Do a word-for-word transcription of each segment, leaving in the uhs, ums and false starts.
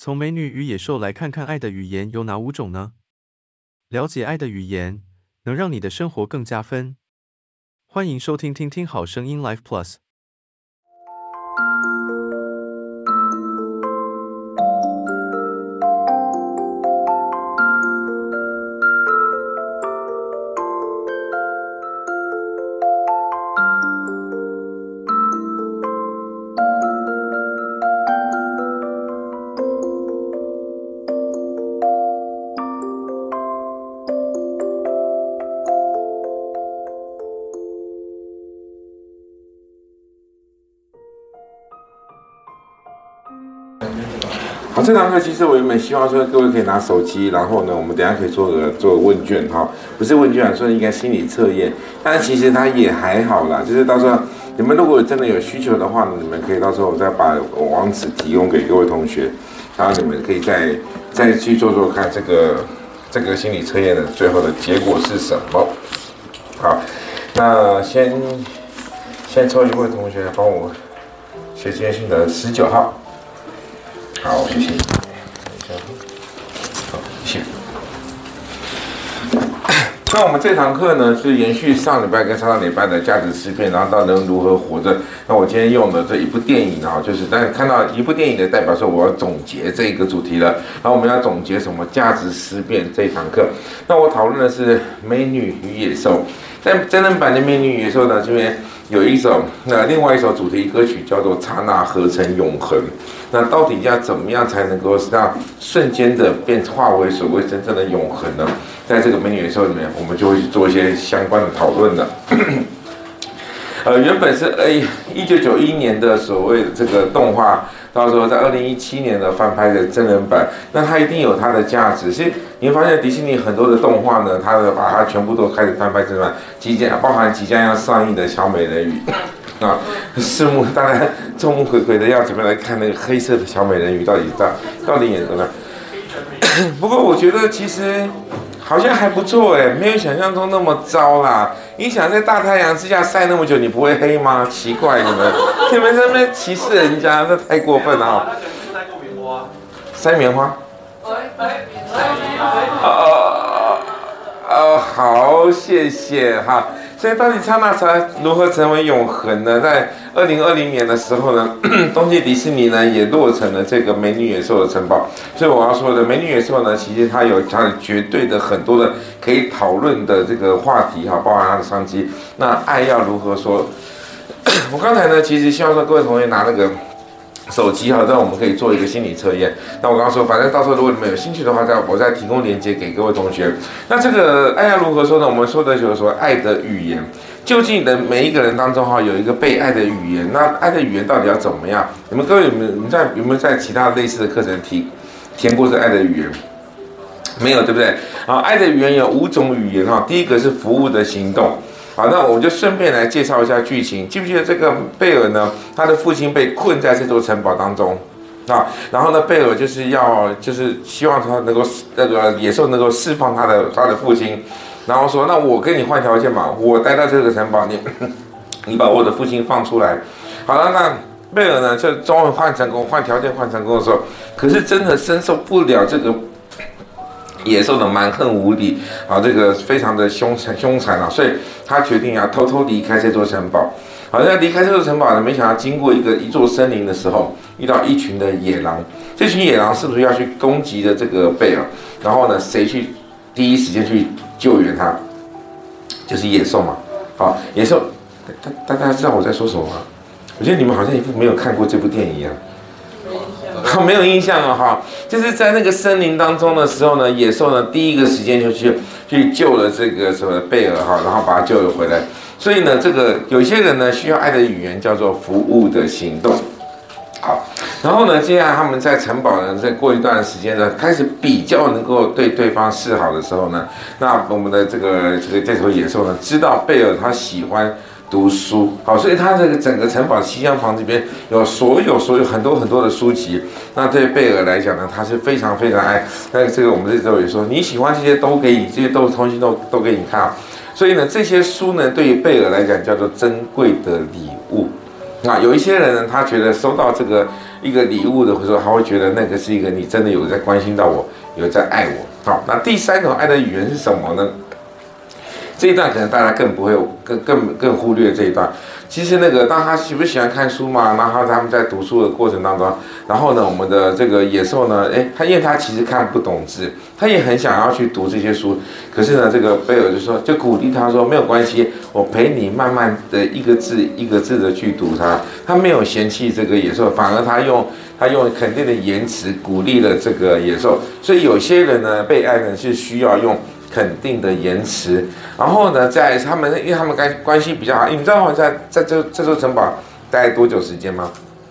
从美女与野兽来看看爱的语言有哪五种呢？了解爱的语言，能让你的生活更加分。欢迎收听听听好声音 Life Plus。 好，这堂课其实我原本希望说各位可以拿手机，然后呢，我们等一下可以做个做个问卷哈，不是问卷啊，说应该心理测验，但是其实它也还好啦，就是到时候你们如果真的有需求的话呢，你们可以到时候我再把网址提供给各位同学，然后你们可以再再去做做看这个这个心理测验的最后的结果是什么。好，那先先抽一位同学来帮我写今天训的十九号。好，谢谢。好，谢谢。那我们这堂课呢，是延续上礼拜跟上上礼拜的价值思辨，然后到人如何活着。那我今天用的这一部电影啊，就是大家看到一部电影的代表说，我要总结这个主题了。然后我们要总结什么价值思辨这一堂课。那我讨论的是《美女与野兽》。在真人版的《美女与野兽》呢，这边有一首，那另外一首主题歌曲叫做《刹那合成永恒》。那到底要怎么样才能够让瞬间的变化为所谓真正的永恒呢？在这个《美女与野兽》里面，我们就会去做一些相关的讨论的。呃，原本是呃一九九一年的所谓的这个动画，到时候在二零一七年的翻拍的真人版，那它一定有它的价值。所以你会发现迪士尼很多的动画呢，它的把它全部都开始翻拍真人版，即将包含即将要上映的小美人鱼。啊，拭目当然众目睽睽的要准备来看那个黑色的小美人鱼到底到到底演怎么样？不过我觉得其实好像还不错哎，没有想象中那么糟啦。你想在大太阳之下晒那么久，你不会黑吗？奇怪，你们你们在那边歧视人家，这太过分了啊！塞棉花？哦哦，好，谢谢哈。所以到底刹那才如何成为永恒呢？在二零二零年的时候呢，东京迪士尼呢也落成了这个美女野兽的城堡。所以我要说的美女野兽呢，其实它有它的绝对的很多的可以讨论的这个话题哈，包含它的商机。那爱要如何说？我刚才呢，其实希望说各位同学拿那个手机哈，让我们可以做一个心理测验。那我刚刚说，反正到时候如果你们有兴趣的话，再我再提供链接给各位同学。那这个爱要如何说呢？我们说的就是说爱的语言。究竟你的每一个人当中哈，有一个被爱的语言。那爱的语言到底要怎么样？你们各位有没有？你们在有没有在其他类似的课程提填过这爱的语言？没有，对不对？啊，爱的语言有五种语言哈。第一个是服务的行动。好，那我们就顺便来介绍一下剧情。记不记得这个贝尔呢？他的父亲被困在这座城堡当中，啊，然后呢，贝尔就是要就是希望他能够那个野兽能够释放他的他的父亲，然后说，那我跟你换条件嘛，我待到这个城堡，你你把我的父亲放出来。好了，那贝尔呢，就终于换成功，换条件换成功的时候，可是真的承受不了这个野兽的蛮横无理啊，这个非常的凶残凶残啊，所以他决定要偷偷离开这座城堡。好，在离开这座城堡呢，没想到经过一个一座森林的时候，遇到一群的野狼。这群野狼是不是要去攻击的这个贝尔？然后呢，谁去第一时间去救援他？就是野兽嘛。好，野兽，大大家知道我在说什么吗？我觉得你们好像一副没有看过这部电影一样。没有印象了哈，就是在那个森林当中的时候呢，野兽呢第一个时间就去去救了这个什么贝尔哈，然后把他救了回来。所以呢，这个有些人呢需要爱的语言叫做服务的行动。好，然后呢，接下来他们在城堡呢，再过一段时间呢，开始比较能够对对方示好的时候呢，那我们的这个这个这头野兽呢，知道贝尔他喜欢读书，好，所以他这个整个城堡西厢房这边有所有所有很多很多的书籍。那对贝尔来讲呢，他是非常非常爱。那这个我们这周也说，你喜欢这些都给你，这些都东西都都给你看啊。所以呢，这些书呢，对于贝尔来讲叫做珍贵的礼物。那有一些人呢，他觉得收到这个一个礼物的时候，他会觉得那个是一个你真的有在关心到我，有在爱我。好，那第三种爱的语言是什么呢？这一段可能大家更不会更更更忽略这一段。其实那个，当他喜不喜欢看书嘛？然后他们在读书的过程当中，然后呢，我们的这个野兽呢，哎，他因为他其实看不懂字，他也很想要去读这些书。可是呢，这个贝尔就说，就鼓励他说，没有关系，我陪你慢慢的一个字一个字的去读它。他没有嫌弃这个野兽，反而他用他用肯定的言辞鼓励了这个野兽。所以有些人呢，被爱呢是需要用肯定的言辞，然后呢，在他们因为他们关关系比较好，你知道在在这这座城堡待多久时间吗？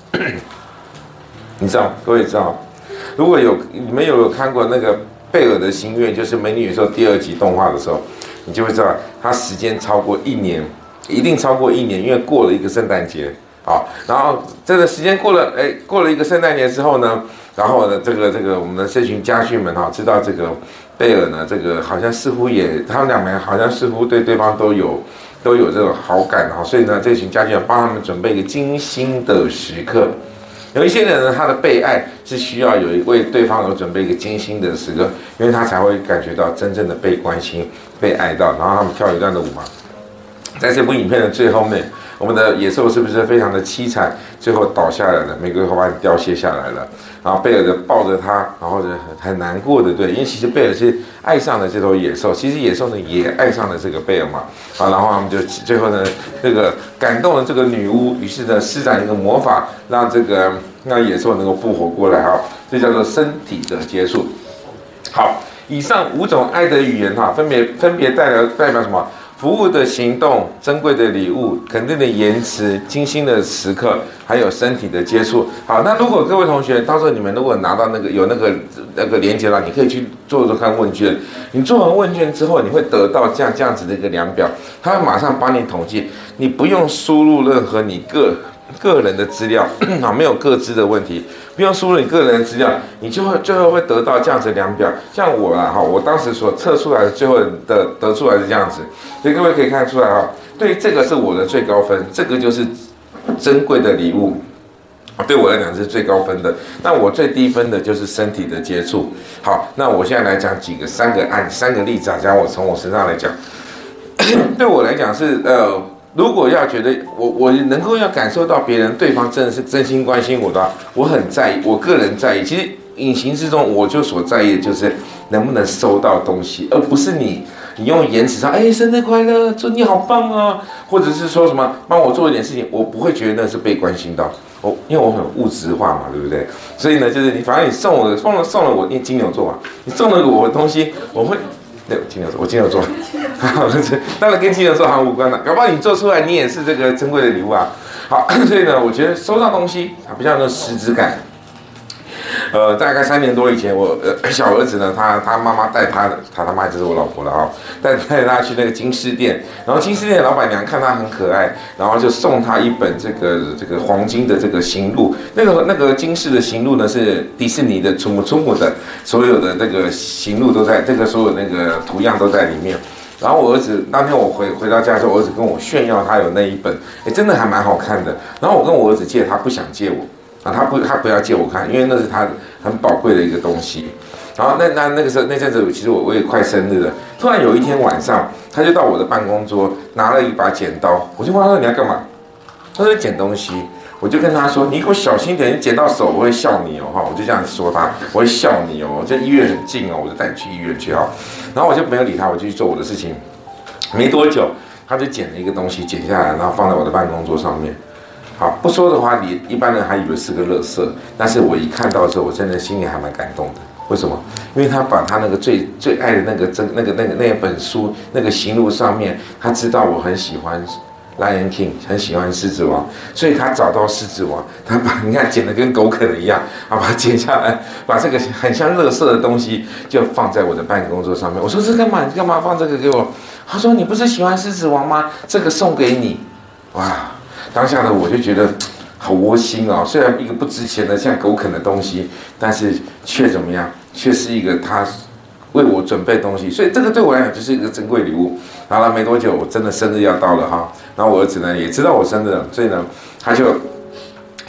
你知道，各位知道，如果有你们有看过那个贝尔的心愿，就是《美女与野兽》第二集动画的时候，你就会知道，它时间超过一年，一定超过一年，因为过了一个圣诞节啊，然后这个时间过了，哎，过了一个圣诞节之后呢，然后呢，这个这个我们的这群家眷们哈，知道这个。贝尔呢，这个好像似乎也，他们两个人好像似乎对对方都有都有这种好感哈，所以呢，这群家眷帮他们准备一个精心的时刻。有一些人呢，他的被爱是需要有一为对方有准备一个精心的时刻，因为他才会感觉到真正的被关心、被爱到。然后他们跳一段的舞嘛，在这部影片的最后面，我们的野兽是不是非常的凄惨？最后倒下来了，玫瑰花瓣凋谢下来了。然后贝尔的抱着他，然后呢很难过的，对，因为其实贝尔是爱上了这头野兽，其实野兽呢也爱上了这个贝尔嘛，啊，然后他们就最后呢这个感动了这个女巫，于是呢施展一个魔法，让这个让野兽能够复活过来哈，这叫做身体的接触。好，以上五种爱的语言哈，分别分别代表代表什么？服务的行动、珍贵的礼物、肯定的言辞、精心的时刻，还有身体的接触。好，那如果各位同学到时候你们如果拿到那个有那个那个连结了，你可以去做做看问卷。你做完问卷之后，你会得到这样这样子的一个量表，它会马上帮你统计，你不用输入任何你个个人的资料啊，没有个资的问题。不用输入你个人的资料，你就会最后会得到这样子的量表。像我啊，哈，我当时所测出来的最后的得出来是这样子，所以各位可以看出来哈，对，这个是我的最高分，这个就是珍贵的礼物，对我来讲是最高分的。那我最低分的就是身体的接触。好，那我现在来讲几个三个案三个例子啊，讲我从我身上来讲，对我来讲是呃。如果要觉得我我能够要感受到别人对方真的是真心关心我的话，我很在意，我个人在意。其实隐形之中，我就所在意的就是能不能收到东西，而不是你你用言辞上，哎，生日快乐，祝你好棒啊，或者是说什么帮我做一点事情，我不会觉得那是被关心到。我因为我很物质化嘛，对不对？所以呢，就是你反正你送我的送了送了我，因为金牛座嘛，你送了我的东西，我会。对，金牛座，我金牛座，当然跟金牛座好像无关了。搞不好你做出来，你也是这个珍贵的礼物啊。好，所以呢，我觉得收到东西它比较有实质感。呃，大概三年多以前，我呃小儿子呢，他他妈妈带他，他他妈就是我老婆了哈，带带他去那个金饰店，然后金饰店的老板娘看他很可爱，然后就送他一本这个这个黄金的这个行路，那个那个金饰的行路呢是迪士尼的出母出母的所有的那个行路都在这个所有那个图样都在里面。然后我儿子当天我回回到家的时候，我儿子跟我炫耀他有那一本，哎，真的还蛮好看的。然后我跟我儿子借，他不想借我。啊，他不，他不要借我看，因为那是他很宝贵的一个东西。然后那那那个时候那阵子，其实我我也快生日了。突然有一天晚上，他就到我的办公桌拿了一把剪刀，我就问他说你要干嘛？他说剪东西。我就跟他说你给我小心点，你剪到手我会笑你哦哈，我就这样说他，我会笑你哦。这医院很近哦，我就带你去医院去哈。然后我就没有理他，我就去做我的事情。没多久，他就剪了一个东西，剪下来，然后放在我的办公桌上面。好，不说的话，你一般人还以为是个垃圾，但是我一看到之后，我真的心里还蛮感动的。为什么？因为他把他那个最最爱的那个真那个那个那本书那个行路上面，他知道我很喜欢 Lion King， 很喜欢狮子王，所以他找到狮子王，他把你看剪得跟狗啃的一样，啊，把它剪下来，把这个很像垃圾的东西就放在我的办公桌上面。我说这干嘛？你干嘛放这个给我？他说你不是喜欢狮子王吗？这个送给你，哇！当下的我就觉得好窝心哦，虽然一个不值钱的像狗啃的东西，但是却怎么样？却是一个他为我准备东西，所以这个对我来讲就是一个珍贵礼物。然后没多久，我真的生日要到了哈，然后我儿子呢也知道我生日了，所以呢他就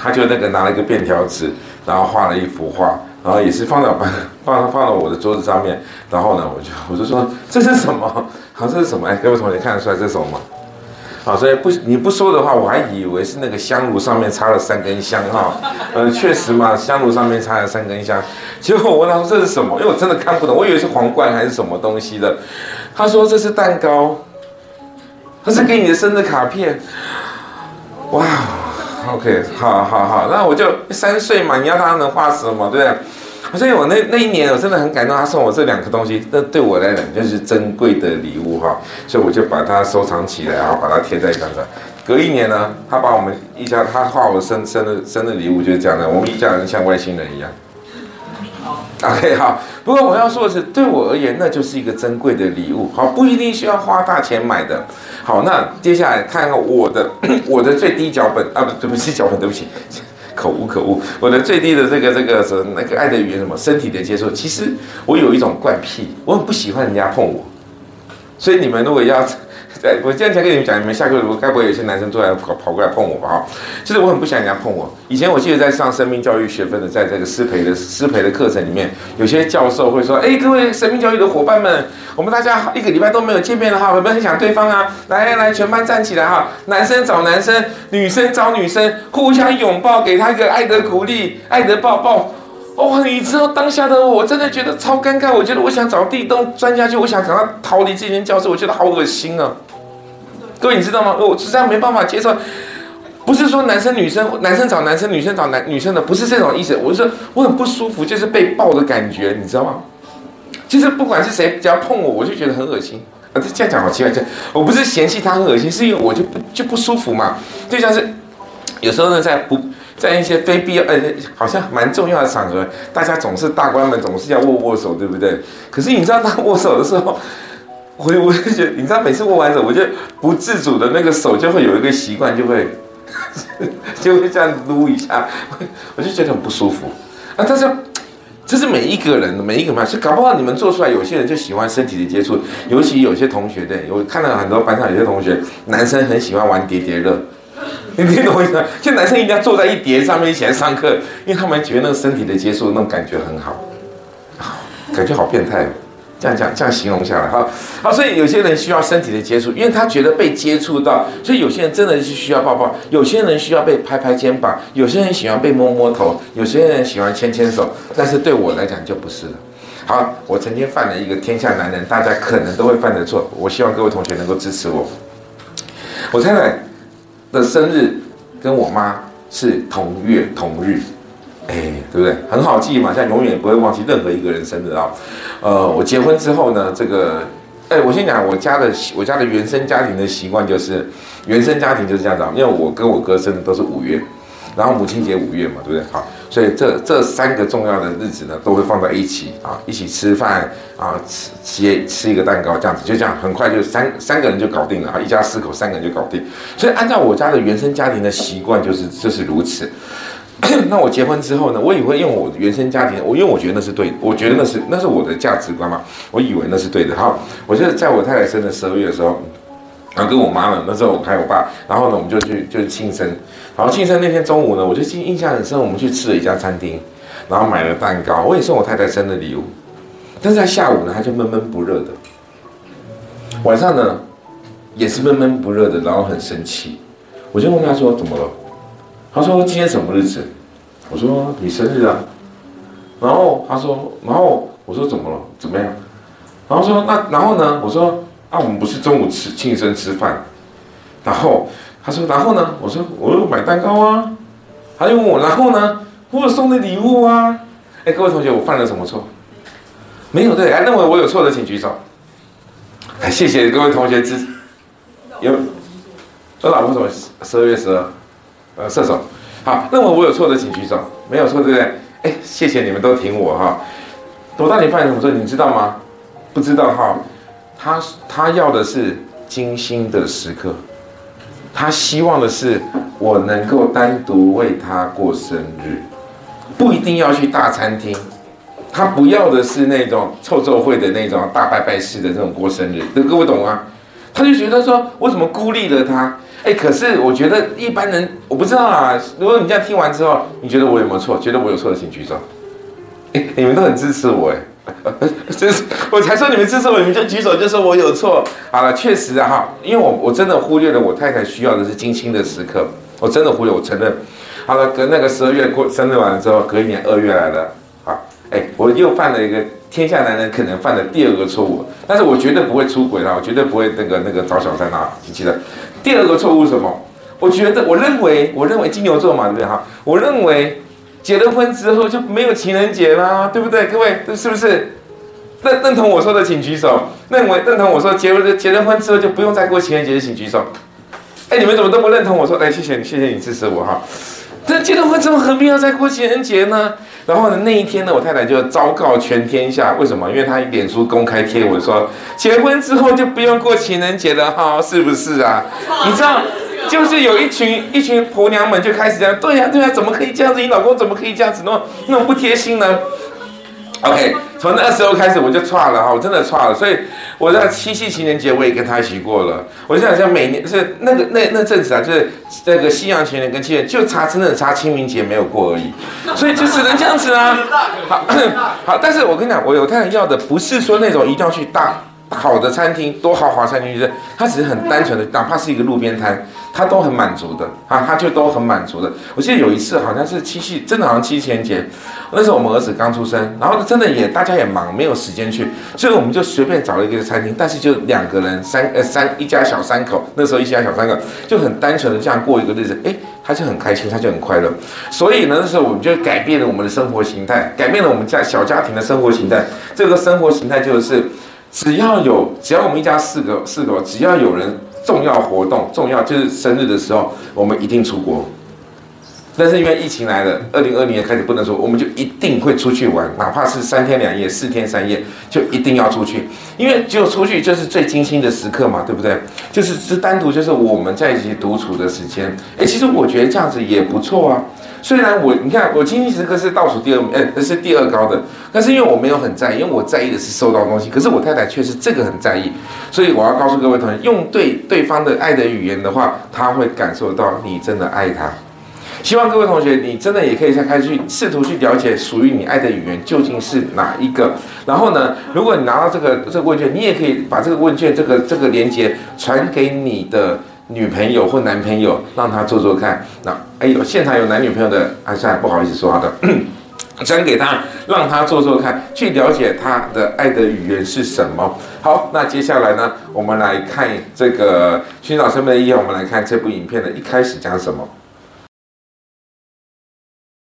他就那个拿了一个便条纸，然后画了一幅画，然后也是放到放放到我的桌子上面，然后呢，我就我就说这是什么？好，这是什么？哎，各位同学看得出来这是什么吗？好，所以不你不说的话，我还以为是那个香炉上面插了三根香哈。呃，确实嘛，香炉上面插了三根香。结果我问他说这是什么？因为我真的看不懂，我以为是皇冠还是什么东西的。他说这是蛋糕，他是给你的生日卡片。哇 ，OK， 好好好，那我就三岁嘛，你要他能画什么，对不对？所以我那那一年我真的很感动，他送我这两个东西，那对我来讲就是珍贵的礼物哈，所以我就把它收藏起来，然后把它贴在墙上。隔一年呢，他把我们一家，他画我生生日生日礼物就是这样的，我们一家人像外星人一样。OK， 好。不过我要说的是，对我而言，那就是一个珍贵的礼物，好，不一定需要花大钱买的。好，那接下来看看我的我的最低脚本啊，不，对不起，脚本，对不起。口误口误，我的最低的这个这个什那个爱的语言什么身体的接触，其实我有一种怪癖，我很不喜欢人家碰我，所以你们如果要，对我这样才跟你们讲，你们下课如果该不会有些男生都来跑跑过来碰我吧？哈，就是我很不喜欢人家碰我。以前我记得在上生命教育学分的，在这个师培的师培的课程里面，有些教授会说，哎，各位生命教育的伙伴们，我们大家一个礼拜都没有见面了哈，有没有很想对方啊？来来，全班站起来哈，男生找男生，女生找女生，互相拥抱，给他一个爱的鼓励，爱的抱抱。哇、哦，你知道当下的我，我真的觉得超尴尬，我觉得我想找地洞钻下去，我想赶快逃离这间教室，我觉得好恶心啊！各位你知道吗？我实在没办法接受。不是说男生女生，男生找男生，女生找男女生的，不是这种意思。我是说我很不舒服，就是被抱的感觉，你知道吗？就是不管是谁，只要碰我，我就觉得很恶心。啊，这样讲好奇怪，我不是嫌弃他很恶心，是因为我就不就不舒服嘛。就像是有时候呢，在不在一些非必要呃，好像蛮重要的场合，大家总是大官们总是要握握手，对不对？可是你知道他握手的时候，我我就觉得，你知道每次握完手，我就不自主的那个手就会有一个习惯，就会就会这样撸一下，我就觉得很不舒服啊。但是这是每一个人每一个嘛，是搞不好你们做出来，有些人就喜欢身体的接触，尤其有些同学的，我看到很多班上有些同学，男生很喜欢玩叠叠乐。你听懂我意思吗？就男生一定要坐在一叠上面一起来上课，因为他们觉得那个身体的接触那种感觉很好，感觉好变态哦。这样讲，这样形容下来，哈，好，所以有些人需要身体的接触，因为他觉得被接触到，所以有些人真的是需要抱抱，有些人需要被拍拍肩膀，有些人喜欢被摸摸头，有些人喜欢牵牵手，但是对我来讲就不是了。好，我曾经犯了一个天下男人大家可能都会犯的错，我希望各位同学能够支持我。我太太的生日跟我妈是同月同日。哎，对不对？很好记嘛，现在永远不会忘记任何一个人生日啊。呃，我结婚之后呢，这个，哎，我先讲我家的我家的原生家庭的习惯就是，原生家庭就是这样子，因为我跟我哥生日都是五月，然后母亲节五月嘛，对不对？好，所以这这三个重要的日子呢，都会放在一起啊，一起吃饭啊，吃吃吃一个蛋糕，这样子就这样，很快就三三个人就搞定了啊，一家四口三个人就搞定。所以按照我家的原生家庭的习惯，就是就是如此。那我结婚之后呢，我也会用我原生家庭，我因为我觉得那是对的，我觉得那是那是我的价值观嘛，我以为那是对的。好，我就在我太太生的十二月的时候，然后跟我妈呢，那时候我还有我爸，然后呢我们就去就是庆生，然后庆生那天中午呢，我就印象很深，我们去吃了一家餐厅，然后买了蛋糕，我也送我太太生日礼物，但是在下午呢，她就闷闷不热的，晚上呢也是闷闷不热的，然后很生气，我就问她说怎么了？他说今天什么日子？我说你生日啊。然后他说，然后我说怎么了？怎么样？然后说那然后呢？我说啊，我们不是中午吃庆生吃饭。然后他说然后呢？我说我有买蛋糕啊。他就问我然后呢？我有送的礼物啊。哎，各位同学，我犯了什么错？没有对，哎，认为我有错的请举手。哎，谢谢各位同学支持。有，我老婆什么？十二月十二。呃，射手，好，认为我有错的请举手，没有错对不对？哎，谢谢你们都挺我哈。我到底犯了什么错？你知道吗？不知道哈。他他要的是精心的时刻，他希望的是我能够单独为他过生日，不一定要去大餐厅。他不要的是那种凑凑会的那种大拜拜式的这种过生日，各位懂吗？他就觉得说，我怎么孤立了他？ 哎，可是我觉得一般人我不知道啊。如果你这样听完之后，你觉得我有没有错？觉得我有错的请举手。哎，你们都很支持我哎。就是，我才说你们支持我，你们就举手，就说我有错。好了，确实啊哈，因为我我真的忽略了我太太需要的是精心的时刻，我真的忽略，我承认。好了，隔那个十二月过生日完了之后，隔一年二月来了，好，哎，我又犯了一个天下男人可能犯的第二个错误，但是我绝对不会出轨啦，我绝对不会那个那个找小三啊，你记得。第二个错误是什么？我觉得，我认为，我认为金牛座嘛，对不对哈？我认为。结了婚之后就没有情人节啦，对不对？各位，是不是认认同我说的，请举手。认为认同我说结了结了婚之后就不用再过情人节的，请举手。哎，你们怎么都不认同我说？哎，谢谢你，谢谢你支持我哈。这结了婚之后何必要再过情人节呢？然后呢，那一天呢，我太太就昭告全天下，为什么？因为她脸书公开贴文说，结婚之后就不用过情人节了哈，是不是啊？你知道？就是有一群一群婆娘们就开始这样，对呀、啊、对呀、啊，怎么可以这样子？你老公怎么可以这样子，那么那么不贴心呢 ？OK， 从那时候开始我就岔了哈，我真的岔了。所以我在七夕情人节我也跟他一起过了。我就想像每年是那个那那阵子啊，就是那个西洋情人跟情人就差真的差清明节没有过而已，所以就只能这样子啊。好，好，但是我跟你讲，我有太太要的不是说那种一定要去大。好的餐厅，多豪华餐厅，就是它只是很单纯的，哪怕是一个路边摊，它都很满足的啊，它就都很满足的。我记得有一次好像是七夕，真的好像七夕情人节，那时候我们儿子刚出生，然后真的也大家也忙，没有时间去，所以我们就随便找了一个餐厅，但是就两个人，三呃三一家小三口，那时候一家小三口就很单纯的这样过一个日子，哎，他就很开心，他就很快乐。所以呢，那时候我们就改变了我们的生活形态，改变了我们家小家庭的生活形态。这个生活形态就是。只要有，只要我们一家四个四个，只要有人重要活动，重要就是生日的时候，我们一定出国。但是因为疫情来了，二零二零年开始不能说，我们就一定会出去玩，哪怕是三天两夜、四天三夜，就一定要出去，因为只有出去就是最精心的时刻嘛，对不对？就是是单独就是我们在一起独处的时间。哎，其实我觉得这样子也不错啊。虽然我你看我精心时刻是倒数第二，呃，是第二高的，但是因为我没有很在意，因为我在意的是收到东西，可是我太太却是这个很在意，所以我要告诉各位同学，用对对方的爱的语言的话，他会感受到你真的爱他。希望各位同学，你真的也可以开始去试图去了解属于你爱的语言究竟是哪一个。然后呢，如果你拿到这个这个问卷，你也可以把这个问卷这个这个连结传给你的女朋友或男朋友，让他做做看。那哎呦，现场有男女朋友的，啊，现在不好意思说好的，传给他，让他做做看，去了解他的爱的语言是什么。好，那接下来呢，我们来看这个寻找生命的意义，我们来看这部影片的一开始讲什么。